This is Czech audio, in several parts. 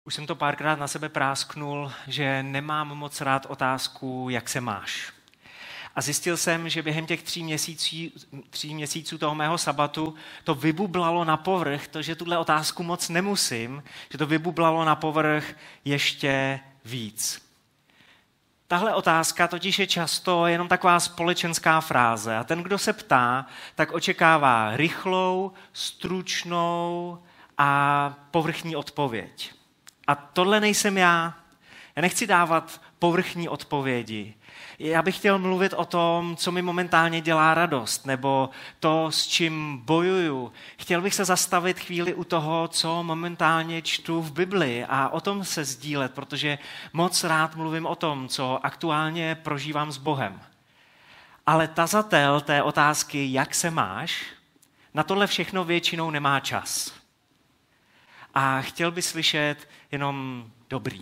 Už jsem to párkrát na sebe prásknul, že nemám moc rád otázku, jak se máš. A zjistil jsem, že během těch 3 měsíců toho mého sabatu to vybublalo na povrch, to, že tuhle otázku moc nemusím, že to vybublalo na povrch ještě víc. Tahle otázka totiž je často jenom taková společenská fráze a ten, kdo se ptá, tak očekává rychlou, stručnou a povrchní odpověď. A tohle nejsem já. Já nechci dávat povrchní odpovědi. Já bych chtěl mluvit o tom, co mi momentálně dělá radost, nebo to, s čím bojuju. Chtěl bych se zastavit chvíli u toho, co momentálně čtu v Bibli a o tom se sdílet, protože moc rád mluvím o tom, co aktuálně prožívám s Bohem. Ale tazatel té otázky, jak se máš, na tohle všechno většinou nemá čas. A chtěl by slyšet jenom dobrý.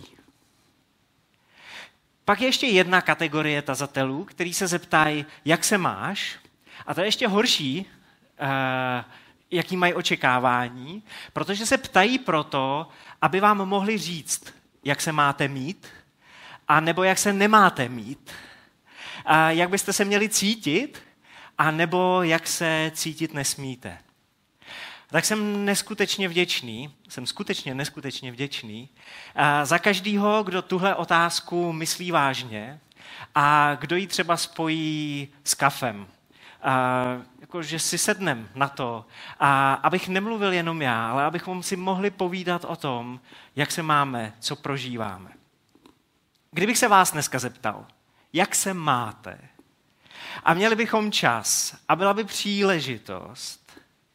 Pak je ještě jedna kategorie tazatelů, který se zeptají, jak se máš, a to je ještě horší, jaký mají očekávání, protože se ptají proto, aby vám mohli říct, jak se máte mít, a nebo jak se nemáte mít, a jak byste se měli cítit, a nebo jak se cítit nesmíte. Tak jsem skutečně neskutečně vděčný za každýho, kdo tuhle otázku myslí vážně a kdo ji třeba spojí s kafem. Jakože si sednem na to, abych nemluvil jenom já, ale abychom si mohli povídat o tom, jak se máme, co prožíváme. Kdybych se vás dneska zeptal, jak se máte, a měli bychom čas a byla by příležitost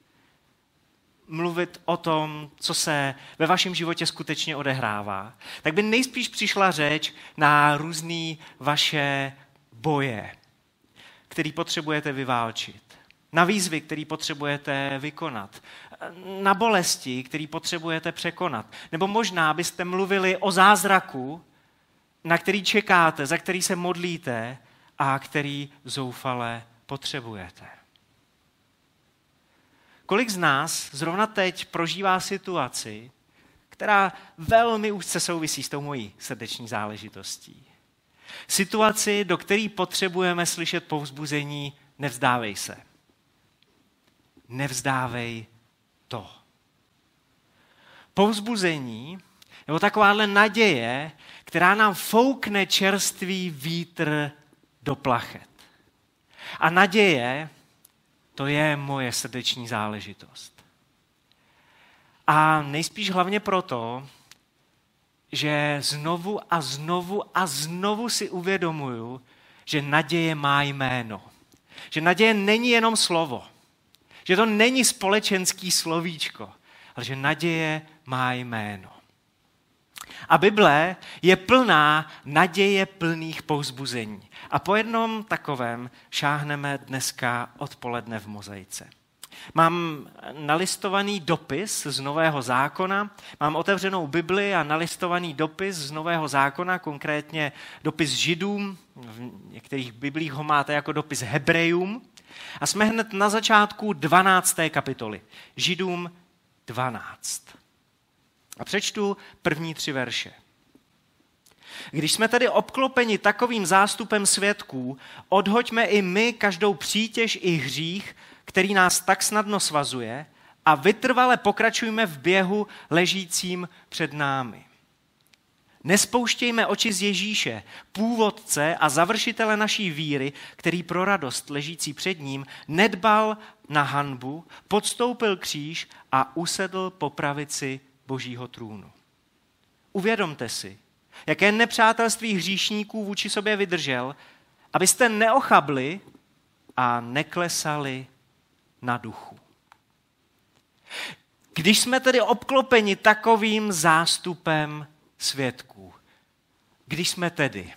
mluvit o tom, co se ve vašem životě skutečně odehrává, tak by nejspíš přišla řeč na různé vaše boje, který potřebujete vyválčit, na výzvy, který potřebujete vykonat, na bolesti, který potřebujete překonat. Nebo možná byste mluvili o zázraku, na který čekáte, za který se modlíte a který zoufale potřebujete. Kolik z nás zrovna teď prožívá situaci, která velmi úzce souvisí s tou mojí srdeční záležitostí. Situaci, do které potřebujeme slyšet povzbuzení, nevzdávej se. Nevzdávej to. Povzbuzení, nebo takováhle naděje, která nám foukne čerstvý vítr do plachet. A naděje, to je moje srdeční záležitost. A nejspíš hlavně proto, že znovu si uvědomuju, že naděje má jméno. Že naděje není jenom slovo. Že to není společenský slovíčko, ale že naděje má jméno. A Bible je plná naděje plných povzbuzení. A po jednom takovém šáhneme dneska odpoledne v Mozaice. Mám nalistovaný dopis z Nového zákona, mám otevřenou Bibli a nalistovaný dopis z Nového zákona, konkrétně dopis Židům, v některých biblích ho máte jako dopis Hebrejům. A jsme hned na začátku 12. kapitoly. Židům 12. A přečtu první 3 verše. Když jsme tedy obklopeni takovým zástupem svědků, odhoďme i my každou přítěž i hřích, který nás tak snadno svazuje, a vytrvale pokračujme v běhu ležícím před námi. Nespouštějme oči z Ježíše, původce a završitele naší víry, který pro radost ležící před ním nedbal na hanbu, podstoupil kříž a usedl po pravici Božího trůnu. Uvědomte si, jaké nepřátelství hříšníků vůči sobě vydržel, abyste neochabli a neklesali na duchu. Když jsme tedy obklopeni takovým zástupem svědků, když jsme tedy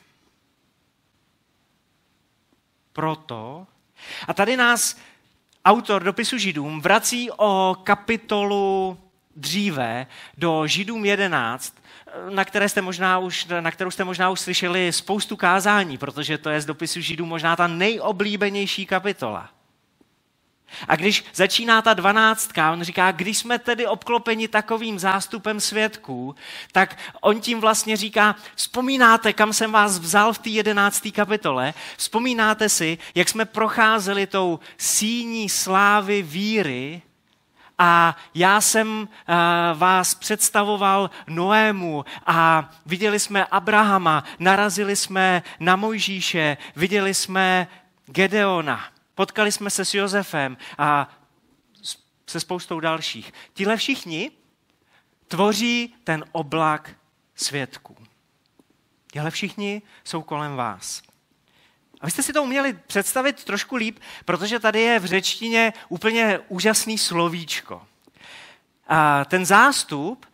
proto, a tady nás autor dopisu Židům vrací o kapitolu dříve do Židům 11, na kterou jste možná už slyšeli spoustu kázání, protože to je z dopisu Židů možná ta nejoblíbenější kapitola. A když začíná ta 12, on říká, když jsme tedy obklopeni takovým zástupem svědků, tak on tím vlastně říká, vzpomínáte, kam jsem vás vzal v té 11. kapitole, vzpomínáte si, jak jsme procházeli tou síní slávy víry a já jsem vás představoval Noému a viděli jsme Abrahama, narazili jsme na Mojžíše, viděli jsme Gedeona. Potkali jsme se s Josefem a se spoustou dalších. Tihle všichni tvoří ten oblak svědků. Tihle všichni jsou kolem vás. A vy jste si to uměli představit trošku líp, protože tady je v řečtině úplně úžasný slovíčko. A ten zástup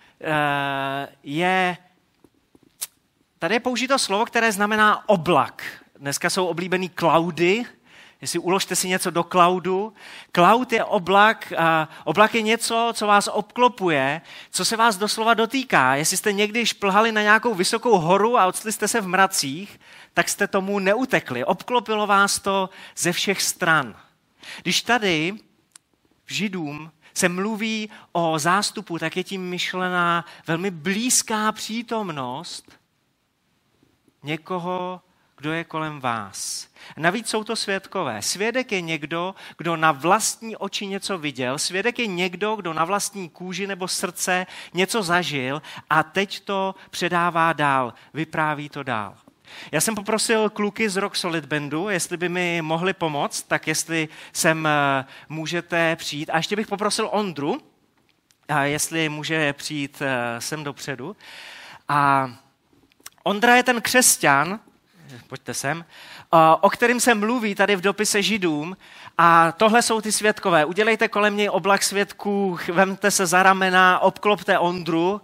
tady je použito slovo, které znamená oblak. Dneska jsou oblíbený cloudy. Jestli uložte si něco do cloudu. Cloud je oblak, oblak je něco, co vás obklopuje, co se vás doslova dotýká. Jestli jste někdy šplhali na nějakou vysokou horu a odstli jste se v mracích, tak jste tomu neutekli. Obklopilo vás to ze všech stran. Když tady v Židům se mluví o zástupu, tak je tím myšlená velmi blízká přítomnost někoho, kdo je kolem vás. Navíc jsou to svědkové. Svědek je někdo, kdo na vlastní oči něco viděl. Svědek je někdo, kdo na vlastní kůži nebo srdce něco zažil a teď to předává dál, vypráví to dál. Já jsem poprosil kluky z Rock Solid Bandu, jestli by mi mohli pomoct, tak jestli sem můžete přijít. A ještě bych poprosil Ondru, jestli může přijít sem dopředu. A Ondra je ten křesťan, pojďte sem, o kterým se mluví tady v dopise Židům a tohle jsou ty svědkové. Udělejte kolem něj oblak svědků, vemte se za ramena, obklopte Ondru.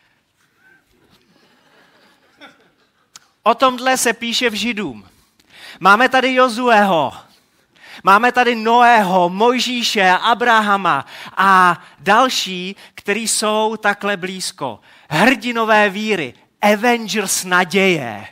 O tomhle se píše v Židům. Máme tady Jozueho, máme tady Noého, Mojžíše, Abrahama a další, kteří jsou takhle blízko. Hrdinové víry, Avengers naděje.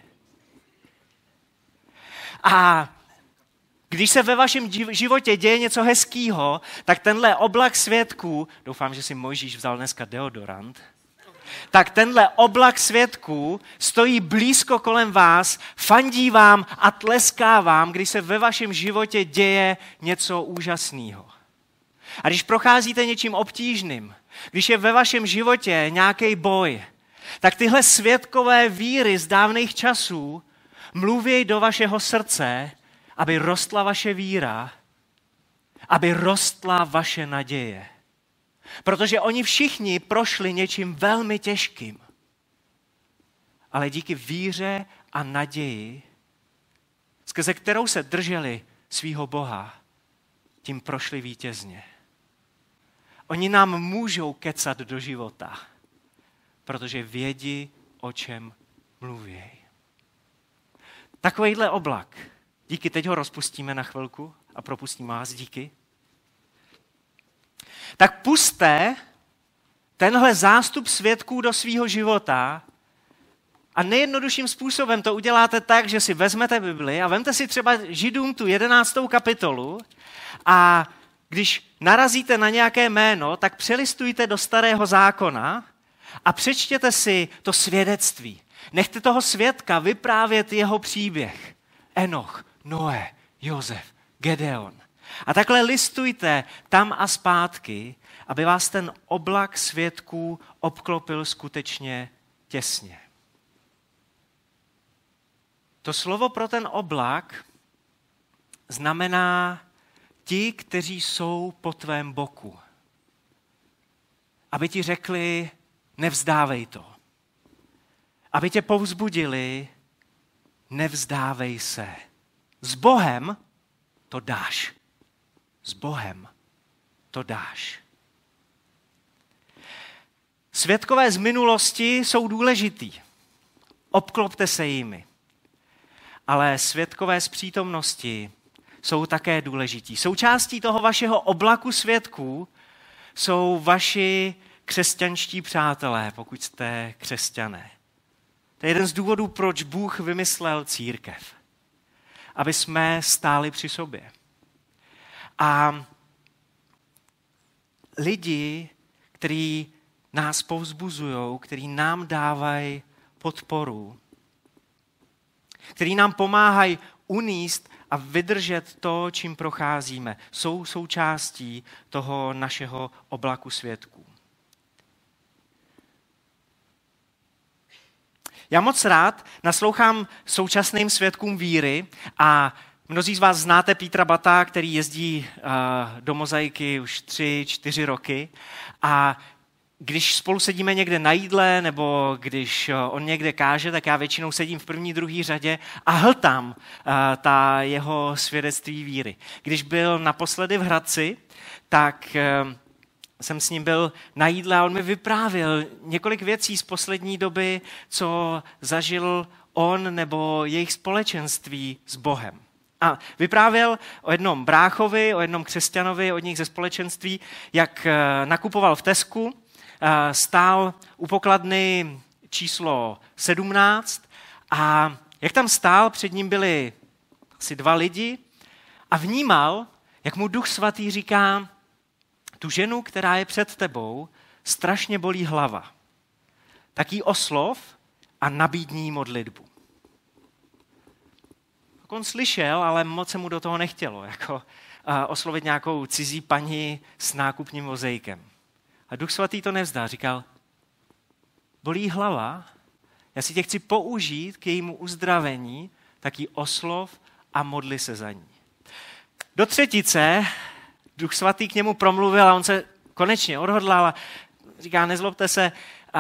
A když se ve vašem životě děje něco hezkýho, tak tenhle oblak svědků, doufám, že si Mojžíš vzal dneska deodorant, tak tenhle oblak svědků stojí blízko kolem vás, fandí vám a tleská vám, když se ve vašem životě děje něco úžasného. A když procházíte něčím obtížným, když je ve vašem životě nějaký boj, tak tyhle svědkové víry z dávných časů mluví do vašeho srdce, aby rostla vaše víra, aby rostla vaše naděje. Protože oni všichni prošli něčím velmi těžkým. Ale díky víře a naději, skrze kterou se drželi svýho Boha, tím prošli vítězně. Oni nám můžou kecat do života, protože vědí, o čem mluví. Takovejhle oblak. Díky, teď ho rozpustíme na chvilku a propustíme vás, díky. Tak pusťte tenhle zástup svědků do svýho života a nejjednodušším způsobem to uděláte tak, že si vezmete Bibli a vemte si třeba Židům tu 11. kapitolu a když narazíte na nějaké jméno, tak přelistujte do Starého zákona a přečtěte si to svědectví. Nechte toho svědka vyprávět jeho příběh. Enoch, Noé, Josef, Gedeon. A takhle listujte tam a zpátky, aby vás ten oblak svědků obklopil skutečně těsně. To slovo pro ten oblak znamená ti, kteří jsou po tvém boku. Aby ti řekli, nevzdávej to. Aby tě povzbudili, nevzdávej se. S Bohem to dáš. S Bohem to dáš. Svědkové z minulosti jsou důležitý. Obklopte se jimi. Ale svědkové z přítomnosti jsou také důležití. Součástí toho vašeho oblaku svědků jsou vaši křesťanští přátelé, pokud jste křesťané. To je jeden z důvodů, proč Bůh vymyslel církev. Aby jsme stáli při sobě. A lidi, kteří nás povzbuzují, kteří nám dávají podporu, kteří nám pomáhají unést a vydržet to, čím procházíme. Jsou součástí toho našeho oblaku svědků. Já moc rád naslouchám současným svědkům víry a mnozí z vás znáte Petra Bata, který jezdí do Mozaiky už 3-4 roky a když spolu sedíme někde na jídle nebo když on někde káže, tak já většinou sedím v první, druhé řadě a hltám ta jeho svědectví víry. Když byl naposledy v Hradci, tak jsem s ním byl na jídle a on mi vyprávěl několik věcí z poslední doby, co zažil on nebo jejich společenství s Bohem. A vyprávěl o jednom bráchovi, o jednom křesťanovi, od nich ze společenství, jak nakupoval v Tesku, stál u pokladny číslo 17 a jak tam stál, před ním byli asi 2 lidi a vnímal, jak mu Duch Svatý říká, tu ženu, která je před tebou, strašně bolí hlava. Tak jí oslov a nabídni jí modlitbu. Tak on slyšel, ale moc se mu do toho nechtělo, jako oslovit nějakou cizí paní s nákupním vozejkem. A Duch Svatý to nevzdá, říkal, bolí hlava, já si tě chci použít k jejímu uzdravení, tak jí oslov a modli se za ní. Do třetice Duch Svatý k němu promluvil a on se konečně odhodlal a říká, nezlobte se,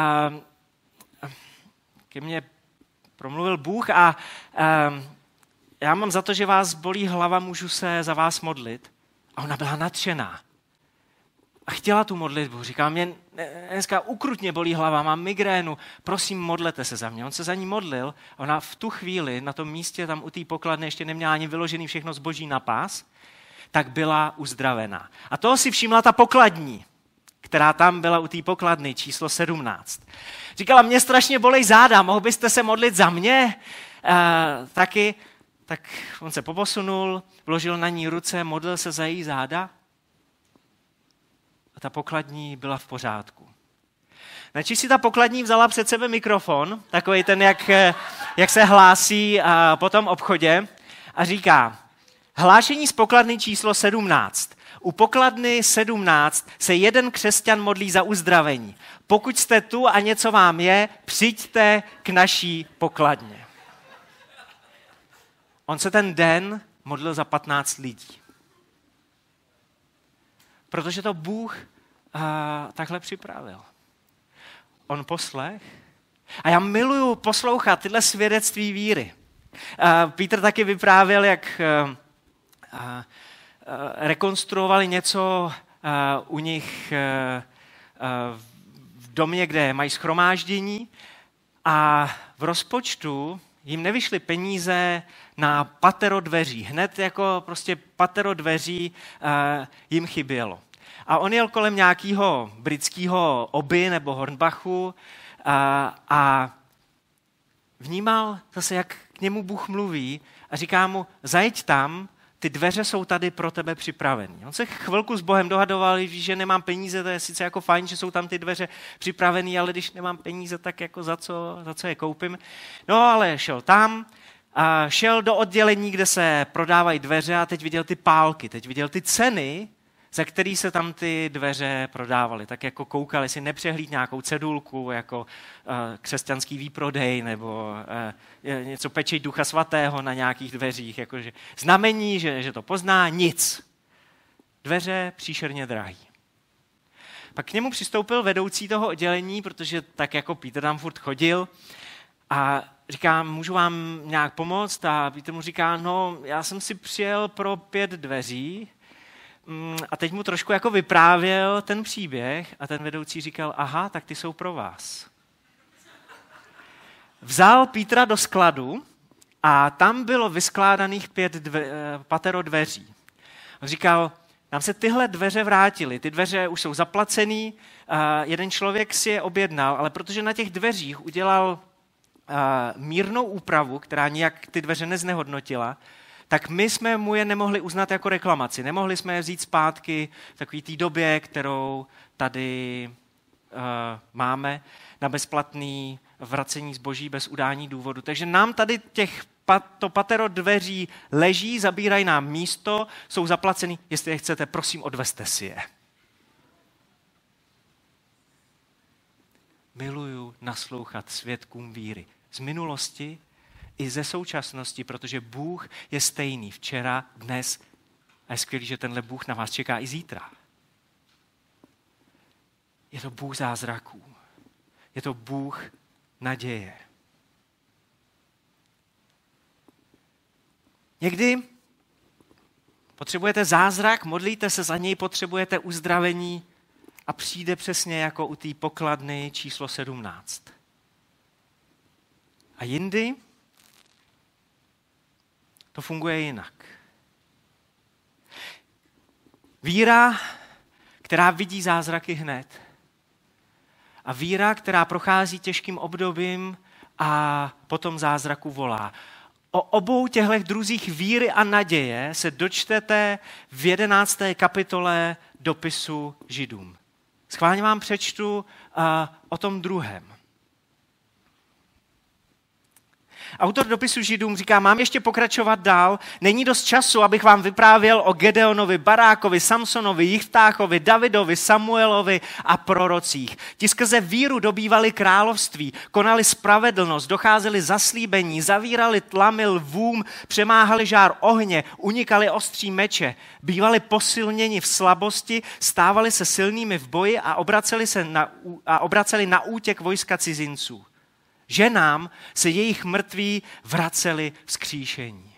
ke mně promluvil Bůh a já mám za to, že vás bolí hlava, můžu se za vás modlit. A ona byla nadšená. A chtěla tu modlitbu. Říkala, mě dneska ukrutně bolí hlava, mám migrénu, prosím, modlete se za mě. On se za ní modlil a ona v tu chvíli na tom místě, tam u té pokladny, ještě neměla ani vyložený všechno zboží na pás, tak byla uzdravená. A toho si všimla ta pokladní, která tam byla u té pokladny, číslo 17. Říkala, mě strašně bolej záda, mohl byste se modlit za mě? Taky. Tak on se poposunul, vložil na ní ruce, modlil se za její záda a ta pokladní byla v pořádku. Načež si ta pokladní vzala před sebe mikrofon, takový ten, jak se hlásí po tom obchodě a říká, hlášení z pokladny číslo 17. U pokladny 17 se jeden křesťan modlí za uzdravení. Pokud jste tu a něco vám je, přijďte k naší pokladně. On se ten den modlil za 15 lidí. Protože to Bůh takhle připravil. On poslech. A já miluju poslouchat tyhle svědectví víry. Petr taky vyprávěl, jak rekonstruovali něco u nich v domě, kde mají shromáždění a v rozpočtu jim nevyšly peníze na patero dveří. Hned jako prostě patero dveří jim chybělo. A on jel kolem nějakého britského Oby nebo Hornbachu a vnímal zase, jak k němu Bůh mluví a říká mu, zajeď tam, ty dveře jsou tady pro tebe připravený. On se chvilku s Bohem dohadoval, víš, že nemám peníze, to je sice jako fajn, že jsou tam ty dveře připravený, ale když nemám peníze, tak jako za co je koupím. No ale šel tam, a šel do oddělení, kde se prodávají dveře a teď viděl ty pálky, teď viděl ty ceny, za který se tam ty dveře prodávaly. Tak jako koukal, jestli nepřehlíd nějakou cedulku, jako křesťanský výprodej, nebo něco pečej Ducha Svatého na nějakých dveřích, jakože znamení, že to pozná, nic. Dveře příšerně drahý. Pak k němu přistoupil vedoucí toho oddělení, protože tak jako Petr tam furt chodil a říká, můžu vám nějak pomoct? A Petr mu říká, no já jsem si přijel pro 5 dveří, a teď mu trošku jako vyprávěl ten příběh a ten vedoucí říkal, aha, tak ty jsou pro vás. Vzal Petra do skladu a tam bylo vyskládaných 5 patero dveří. On říkal, nám se tyhle dveře vrátily, ty dveře už jsou zaplacený, jeden člověk si je objednal, ale protože na těch dveřích udělal mírnou úpravu, která nijak ty dveře neznehodnotila, tak my jsme mu je nemohli uznat jako reklamaci. Nemohli jsme je vzít zpátky v takové té době, kterou tady máme, na bezplatný vracení zboží bez udání důvodu. Takže nám tady to patero dveří leží, zabírají nám místo, jsou zaplacený. Jestli je chcete, prosím, odvezte si je. Miluju naslouchat svědkům víry z minulosti i ze současnosti, protože Bůh je stejný včera, dnes a je skvělý, že tenhle Bůh na vás čeká i zítra. Je to Bůh zázraků. Je to Bůh naděje. Někdy potřebujete zázrak, modlíte se za něj, potřebujete uzdravení a přijde přesně jako u té pokladny číslo 17. A jindy to funguje jinak. Víra, která vidí zázraky hned. A víra, která prochází těžkým obdobím a potom zázraku volá. O obou těchto druzích víry a naděje se dočtete v 11. kapitole dopisu Židům. Schválně vám přečtu o tom druhém. Autor dopisu Židům říká, mám ještě pokračovat dál, není dost času, abych vám vyprávěl o Gedeonovi, Barákovi, Samsonovi, Jiftáchovi, Davidovi, Samuelovi a prorocích. Ti skrze víru dobývali království, konali spravedlnost, docházeli zaslíbení, zavírali tlamy lvům, přemáhali žár ohně, unikali ostří meče, bývali posilněni v slabosti, stávali se silnými v boji a obraceli na útěk vojska cizinců. Ženám se jejich mrtví vraceli vzkříšení.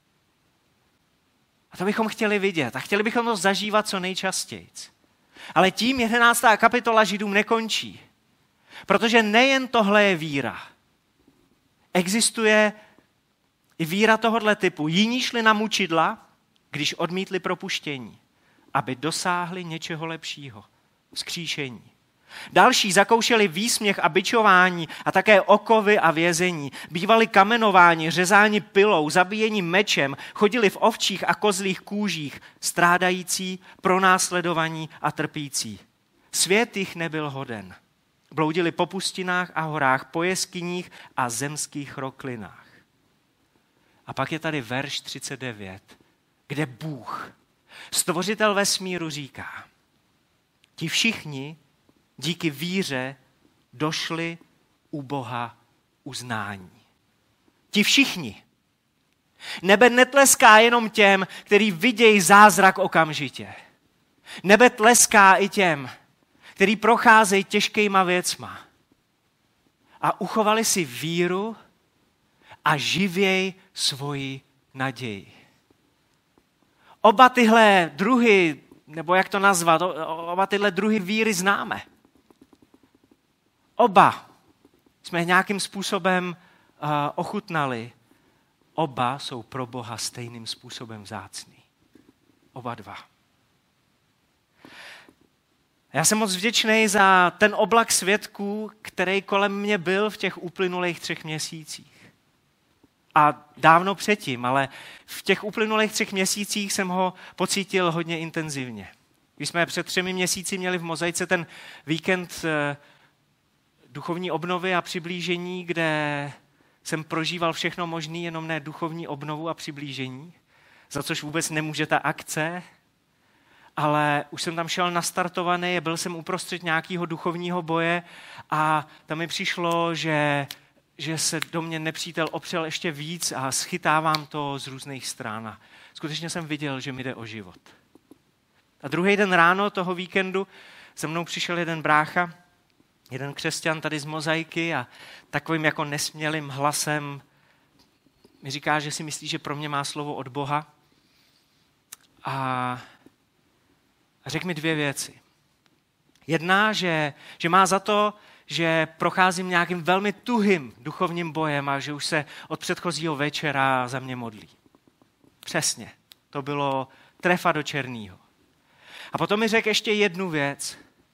A to bychom chtěli vidět a chtěli bychom to zažívat co nejčastěji. Ale tím 11. kapitola Židům nekončí. Protože nejen tohle je víra. Existuje i víra tohoto typu. Jiní šli na mučidla, když odmítli propuštění, aby dosáhli něčeho lepšího. Vzkříšení. Další zakoušeli výsměch a bičování a také okovy a vězení. Bývali kamenováni, řezáni pilou, zabíjeni mečem, chodili v ovčích a kozlých kůžích, strádající, pronásledovaní a trpící. Svět jich nebyl hoden. Bloudili po pustinách a horách, po jeskyních a zemských roklinách. A pak je tady verš 39, kde Bůh, stvořitel vesmíru, říká, ti všichni díky víře došli u Boha uznání. Ti všichni. Nebe netleská jenom těm, kteří vidějí zázrak okamžitě. Nebe tleská i těm, kteří procházejí těžkýma věcma a uchovali si víru a živěj svoji naději. Oba tyhle druhy, nebo jak to nazvat, oba tyhle druhy víry známe. Oba jsme nějakým způsobem ochutnali. Oba jsou pro Boha stejným způsobem vzácný. Oba dva. Já jsem moc vděčný za ten oblak svědků, který kolem mě byl v těch uplynulých 3 měsících. A dávno předtím, ale v těch uplynulých 3 měsících jsem ho pocítil hodně intenzivně. Když jsme před 3 měsíci měli v Mozaice ten víkend duchovní obnovy a přiblížení, kde jsem prožíval všechno možné, jenom ne duchovní obnovu a přiblížení, za což vůbec nemůže ta akce, ale už jsem tam šel nastartovaný, byl jsem uprostřed nějakého duchovního boje a tam mi přišlo, že se do mě nepřítel opřel ještě víc a schytávám to z různých stran. A skutečně jsem viděl, že mi jde o život. A druhý den ráno toho víkendu se mnou přišel jeden brácha, jeden křesťan tady z Mozaiky a takovým jako nesmělým hlasem mi říká, že si myslí, že pro mě má slovo od Boha. A řekl mi 2 věci. Jedna, že má za to, že procházím nějakým velmi tuhým duchovním bojem a že už se od předchozího večera za mě modlí. Přesně. To bylo trefa do černýho. A potom mi řekl ještě jednu věc,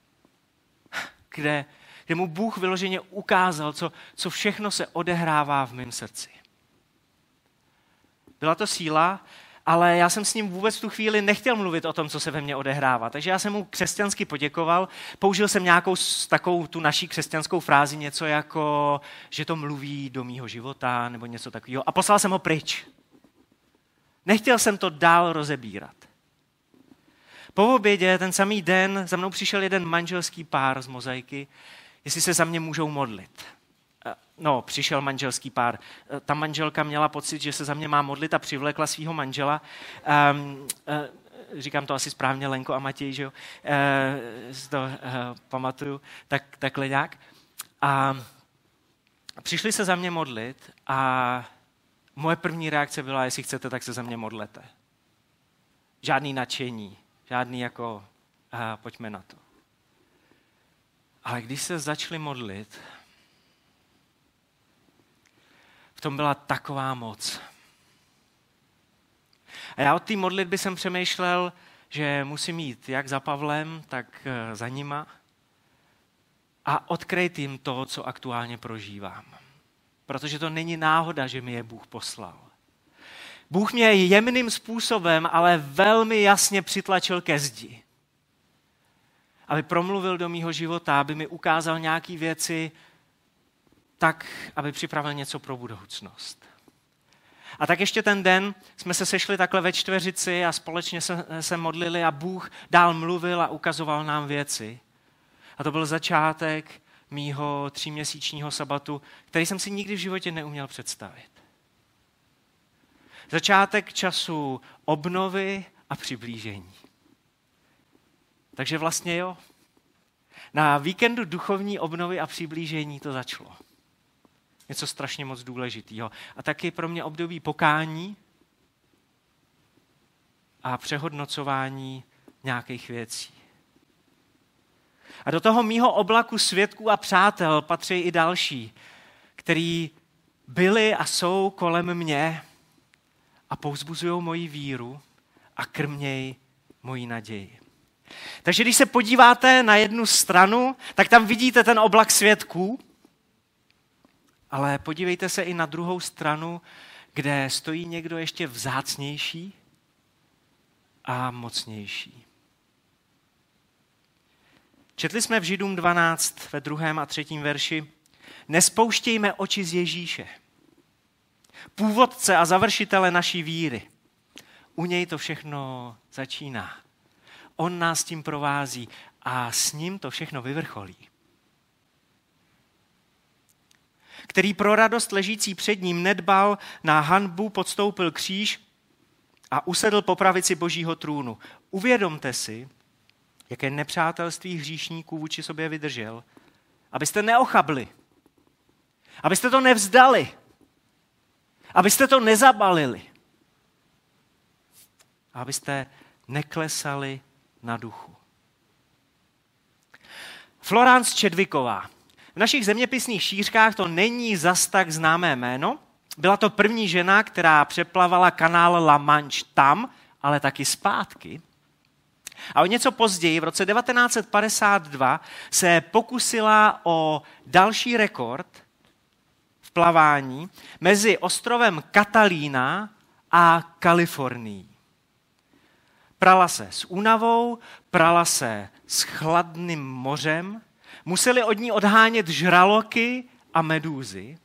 kde mu Bůh vyloženě ukázal, co všechno se odehrává v mém srdci. byla to síla, ale já jsem s ním vůbec v tu chvíli nechtěl mluvit o tom, co se ve mně odehrává. Takže já jsem mu křesťansky poděkoval, použil jsem nějakou takovou tu naší křesťanskou frázi, něco jako, že to mluví do mýho života, nebo něco takového. A poslal jsem ho pryč. Nechtěl jsem to dál rozebírat. Po obědě, ten samý den, za mnou přišel jeden manželský pár z Mozaiky, jestli se za mě můžou modlit. No, přišel manželský pár. Ta manželka měla pocit, že se za mě má modlit a přivlekla svého manžela. Říkám to asi správně, Lenko a Matěj, že jo? To pamatuju, takhle nějak. A přišli se za mě modlit a moje první reakce byla, jestli chcete, tak se za mě modlete. Žádný nadšení, žádný jako, pojďme na to. Ale když se začali modlit, v tom byla taková moc. A já od té modlitby jsem přemýšlel, že musím jít jak za Pavlem, tak za nima a odkryt jim to, co aktuálně prožívám. Protože to není náhoda, že mi je Bůh poslal. Bůh mě jemným způsobem, ale velmi jasně přitlačil ke zdi. Aby promluvil do mýho života, aby mi ukázal nějaké věci tak, aby připravil něco pro budoucnost. A tak ještě ten den jsme se sešli takhle ve čtveřici a společně se modlili a Bůh dál mluvil a ukazoval nám věci. A to byl začátek mýho 3měsíčního sabatu, který jsem si nikdy v životě neuměl představit. Začátek času obnovy a přiblížení. Takže vlastně jo, na víkendu duchovní obnovy a přiblížení to začalo. Něco strašně moc důležitého. A taky pro mě období pokání a přehodnocování nějakých věcí. A do toho mýho oblaku svědků a přátel patří i další, který byli a jsou kolem mě a povzbuzují moji víru a krmějí moji naději. Takže když se podíváte na jednu stranu, tak tam vidíte ten oblak svědků, ale podívejte se i na druhou stranu, kde stojí někdo ještě vzácnější a mocnější. Četli jsme v Židům 12 ve 2. a 3. verši: Nespouštějme oči z Ježíše, původce a završitele naší víry. U něj to všechno začíná. On nás tím provází a s ním to všechno vyvrcholí. Který pro radost ležící před ním nedbal na hanbu, podstoupil kříž a usedl po pravici Božího trůnu. Uvědomte si, jaké nepřátelství hříšníků vůči sobě vydržel, abyste neochabli, abyste to nevzdali, abyste to nezabalili, abyste neklesali na duchu. Florence Chadwicková. V našich zeměpisných šířkách to není zas tak známé jméno. Byla to první žena, která přeplavala kanál La Manche tam, ale taky zpátky. A o něco později, v roce 1952, se pokusila o další rekord v plavání mezi ostrovem Catalina a Kalifornií. Prala se s únavou, prala se s chladným mořem, museli od ní odhánět žraloky a medúzy,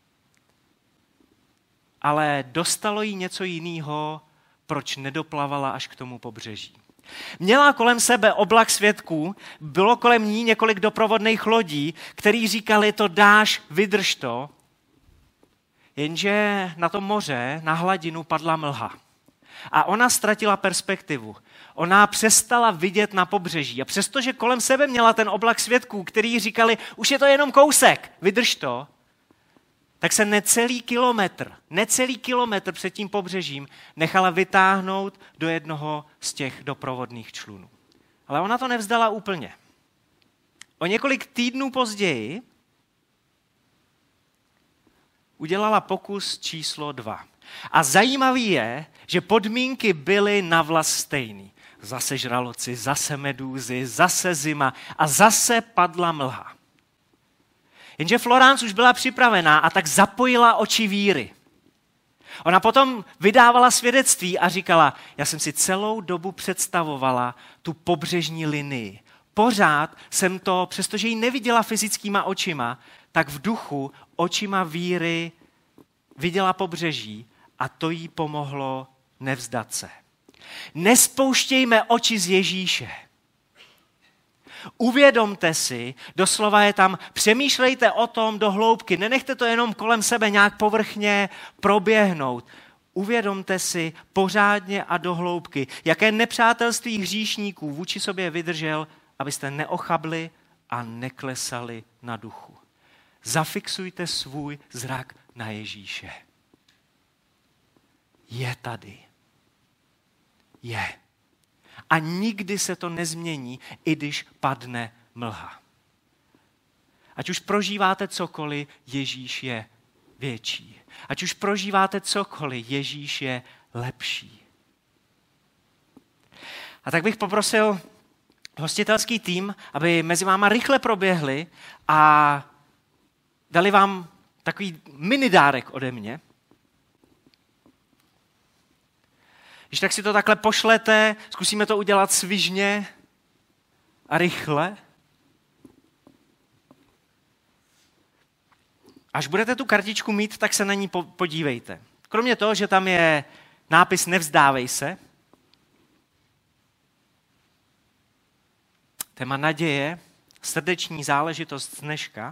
ale dostalo jí něco jiného, proč nedoplavala až k tomu pobřeží. Měla kolem sebe oblak svědků, bylo kolem ní několik doprovodných lodí, který říkali, to dáš, vydrž to, jenže na tom moře, na hladinu padla mlha. A ona ztratila perspektivu. Ona přestala vidět na pobřeží. A přestože kolem sebe měla ten oblak svědků, který říkali, už je to jenom kousek, vydrž to, tak se necelý kilometr před tím pobřežím nechala vytáhnout do jednoho z těch doprovodných člunů. Ale ona to nevzdala úplně. O několik týdnů později udělala pokus číslo 2. A zajímavý je, že podmínky byly navlas stejný. Zase žraloci, zase medúzy, zase zima a zase padla mlha. Jenže Florence už byla připravená a tak zapojila oči víry. Ona potom vydávala svědectví a říkala, já jsem si celou dobu představovala tu pobřežní linii. Pořád jsem to, přestože ji neviděla fyzickýma očima, tak v duchu očima víry viděla pobřeží a to jí pomohlo nevzdat se. Nespouštějme oči z Ježíše. Uvědomte si, doslova je tam, přemýšlejte o tom do hloubky, nenechte to jenom kolem sebe nějak povrchně proběhnout. Uvědomte si pořádně a do hloubky, jaké nepřátelství hříšníků vůči sobě vydržel, abyste neochabli a neklesali na duchu. Zafixujte svůj zrak na Ježíše. Je tady. Je. A nikdy se to nezmění, i když padne mlha. Ať už prožíváte cokoliv, Ježíš je větší. Ať už prožíváte cokoliv, Ježíš je lepší. A tak bych poprosil hostitelský tým, aby mezi váma rychle proběhli a dali vám takový mini dárek ode mě. Když tak si to takhle pošlete, zkusíme to udělat svižně a rychle. Až budete tu kartičku mít, tak se na ní podívejte. Kromě toho, že tam je nápis Nevzdávej se, téma naděje, srdeční záležitost z dneška,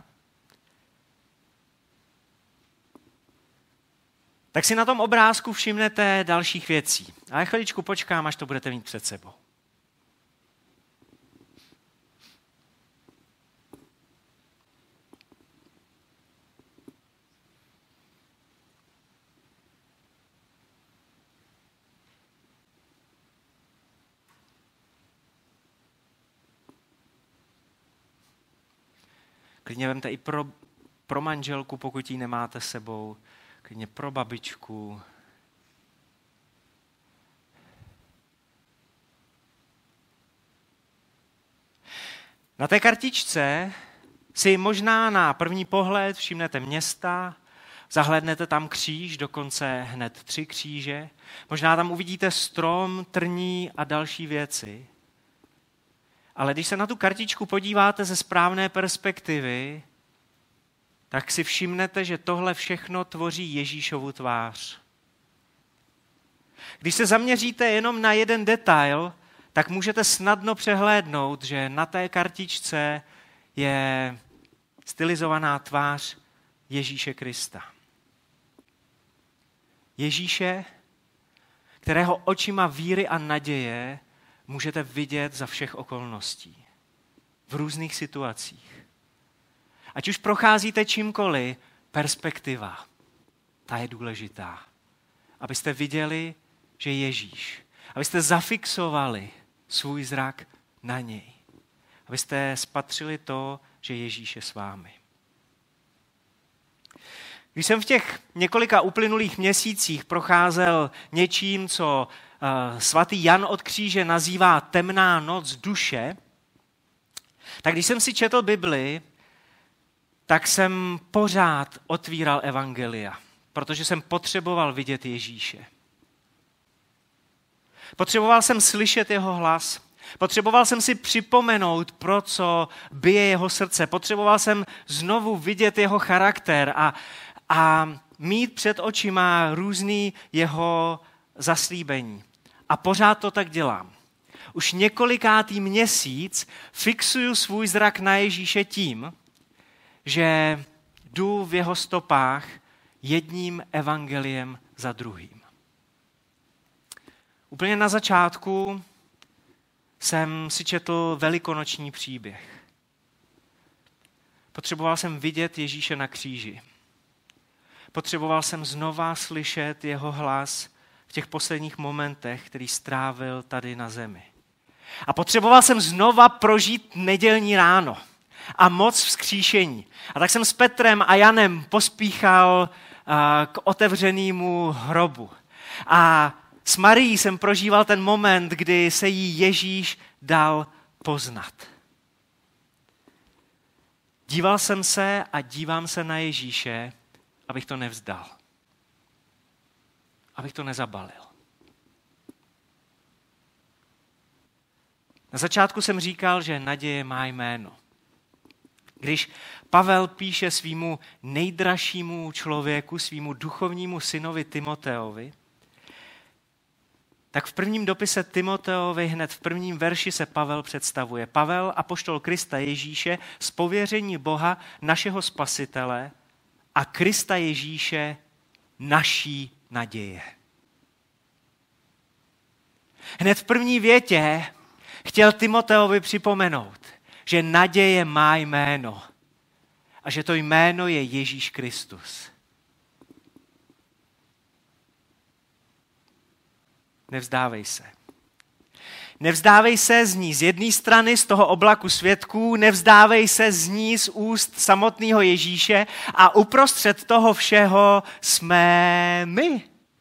tak si na tom obrázku všimnete dalších věcí. A já chviličku počkám, až to budete mít před sebou. Klidně vemte i pro manželku, pokud ji nemáte s sebou, klidně pro babičku. Na té kartičce si možná na první pohled všimnete města, zahlédnete tam kříž, dokonce hned 3 kříže. Možná tam uvidíte strom, trní a další věci. Ale když se na tu kartičku podíváte ze správné perspektivy, tak si všimnete, že tohle všechno tvoří Ježíšovu tvář. Když se zaměříte jenom na jeden detail, tak můžete snadno přehlédnout, že na té kartičce je stylizovaná tvář Ježíše Krista. Ježíše, kterého očima víry a naděje můžete vidět za všech okolností, v různých situacích. Ať už procházíte čímkoliv, perspektiva, ta je důležitá. Abyste viděli, že Ježíš, abyste zafixovali svůj zrak na něj. Abyste spatřili to, že Ježíš je s vámi. Když jsem v těch několika uplynulých měsících procházel něčím, co svatý Jan od kříže nazývá temná noc duše, tak když jsem si četl Bibli, tak jsem pořád otvíral evangelia, protože jsem potřeboval vidět Ježíše. Potřeboval jsem slyšet jeho hlas, potřeboval jsem si připomenout, pro co bije jeho srdce, potřeboval jsem znovu vidět jeho charakter a mít před očima různý jeho zaslíbení. A pořád to tak dělám. Už několikátý měsíc fixuju svůj zrak na Ježíše tím, že jdu v jeho stopách jedním evangeliem za druhým. Úplně na začátku jsem si četl velikonoční příběh. Potřeboval jsem vidět Ježíše na kříži. Potřeboval jsem znova slyšet jeho hlas v těch posledních momentech, který strávil tady na zemi. A potřeboval jsem znova prožít nedělní ráno a moc vzkříšení. A tak jsem s Petrem a Janem pospíchal k otevřenému hrobu. A s Marií jsem prožíval ten moment, kdy se jí Ježíš dal poznat. Díval jsem se a dívám se na Ježíše, abych to nevzdal. abych to nezabalil. Na začátku jsem říkal, že naděje má jméno. Když Pavel píše svýmu nejdražšímu člověku, svýmu duchovnímu synovi Timoteovi, tak v prvním dopise Timoteovi hned v prvním verši se Pavel představuje. Pavel, apoštol Krista Ježíše, z pověření Boha, našeho spasitele, a Krista Ježíše, naší naděje. Hned v první větě chtěl Timoteovi připomenout, že naděje má jméno a že to jméno je Ježíš Kristus. Nevzdávej se. Nevzdávej se z ní z jedné strany, z toho oblaku svědků, nevzdávej se z ní z úst samotného Ježíše a uprostřed toho všeho jsme my.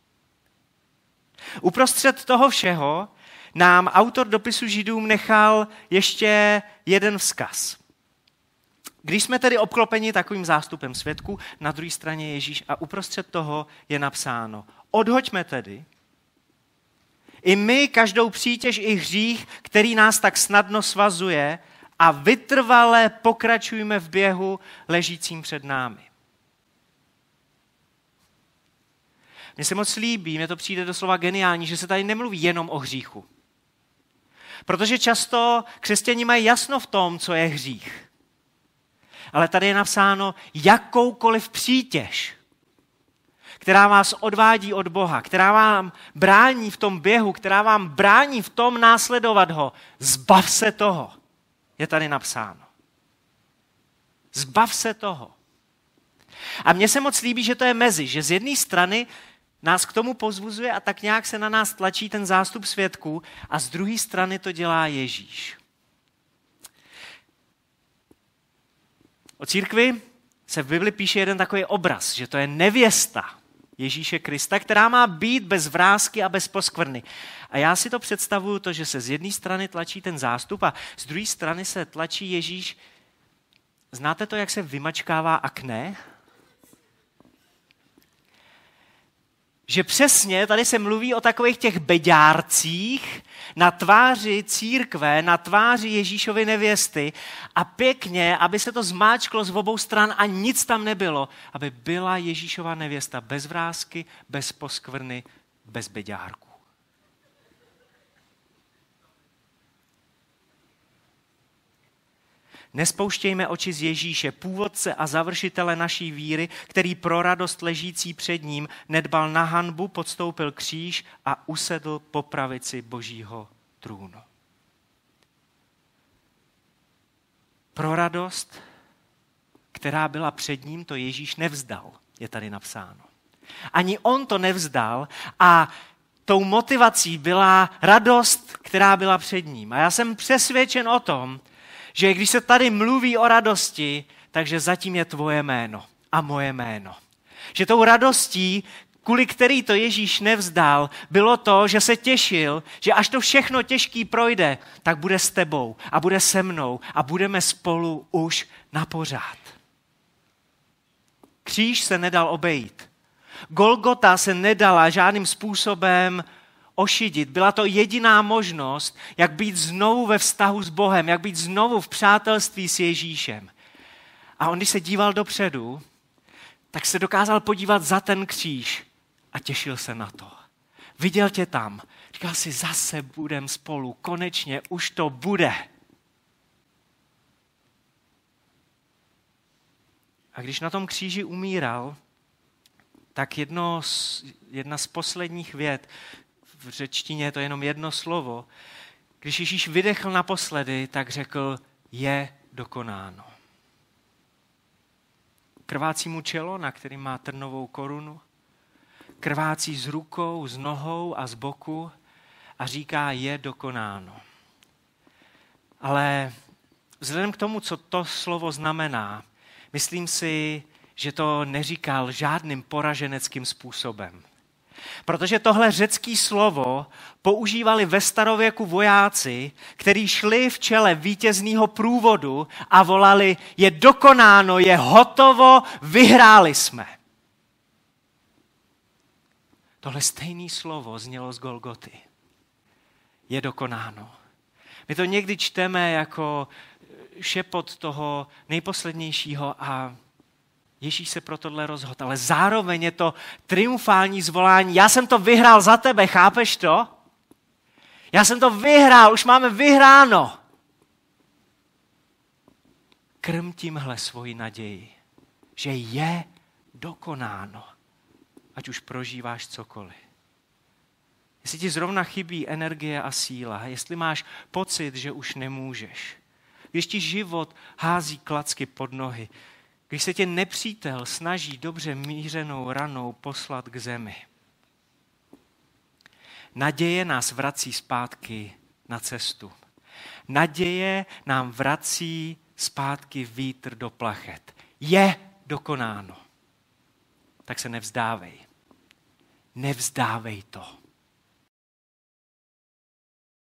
Uprostřed toho všeho nám autor dopisu Židům nechal ještě jeden vzkaz. Když jsme tedy obklopeni takovým zástupem svědků, na druhé straně Ježíš a uprostřed toho je napsáno: odhoďme tedy i my každou přítěž i hřích, který nás tak snadno svazuje, a vytrvale pokračujme v běhu ležícím před námi. Mně se moc líbí, mně to přijde doslova geniální, že se tady nemluví jenom o hříchu. Protože často křesťané mají jasno v tom, co je hřích. Ale tady je napsáno jakoukoliv přítěž, která vás odvádí od Boha, která vám brání v tom běhu, která vám brání v tom následovat ho. Zbav se toho. Je tady napsáno. Zbav se toho. A mně se moc líbí, že to je mezi, že z jedné strany nás k tomu pozvuzuje a tak nějak se na nás tlačí ten zástup svědků a z druhé strany to dělá Ježíš. O církvi se v Bibli píše jeden takový obraz, že to je nevěsta Ježíše Krista, která má být bez vrásky a bez poskvrny. A já si to představuju, to, že se z jedné strany tlačí ten zástup a z druhé strany se tlačí Ježíš. Znáte to, jak se vymačkává akné? Že přesně tady se mluví o takových těch beďárcích na tváři církve, na tváři Ježíšovy nevěsty a pěkně, aby se to zmáčklo z obou stran a nic tam nebylo, aby byla Ježíšova nevěsta bez vrásky, bez poskvrny, bez beďárků. Nespouštějme oči z Ježíše, původce a završitele naší víry, který pro radost ležící před ním nedbal na hanbu, podstoupil kříž a usedl po pravici Božího trůnu. Pro radost, která byla před ním, to Ježíš nevzdal, je tady napsáno. Ani on to nevzdal a tou motivací byla radost, která byla před ním. A já jsem přesvědčen o tom, že když se tady mluví o radosti, takže zatím je tvoje jméno a moje jméno. Že tou radostí, kvůli který to Ježíš nevzdal, bylo to, že se těšil, že až to všechno těžký projde, tak bude s tebou a bude se mnou a budeme spolu už na pořád. Kříž se nedal obejít. Golgota se nedala žádným způsobem ošidit. Byla to jediná možnost, jak být znovu ve vztahu s Bohem, jak být znovu v přátelství s Ježíšem. A on, když se díval dopředu, tak se dokázal podívat za ten kříž a těšil se na to. Viděl tě tam. Říkal si, zase budem spolu, konečně už to bude. A když na tom kříži umíral, tak jedna z posledních vět, v řečtině je to jenom jedno slovo, když Ježíš vydechl naposledy, tak řekl, je dokonáno. Krvácí mu čelo, na kterým má trnovou korunu, krvácí z rukou, z nohou a z boku a říká, je dokonáno. Ale vzhledem k tomu, co to slovo znamená, myslím si, že to neříkal žádným poraženeckým způsobem. Protože tohle řecké slovo používali ve starověku vojáci, kteří šli v čele vítězného průvodu a volali, je dokonáno, je hotovo, vyhráli jsme. Tohle stejné slovo znělo z Golgoty. Je dokonáno. My to někdy čteme jako šepot toho nejposlednějšího a Ježíš se pro tohle rozhodl, ale zároveň je to triumfální zvolání. Já jsem to vyhrál za tebe, chápeš to? Já jsem to vyhrál, už máme vyhráno. Krm tímhle svoji naději, že je dokonáno, ať už prožíváš cokoliv. Jestli ti zrovna chybí energie a síla, jestli máš pocit, že už nemůžeš, když ti život hází klacky pod nohy, když se tě nepřítel snaží dobře mířenou ranou poslat k zemi. Naděje nás vrací zpátky na cestu. Naděje nám vrací zpátky vítr do plachet. Je dokonáno. Tak se nevzdávej. Nevzdávej to.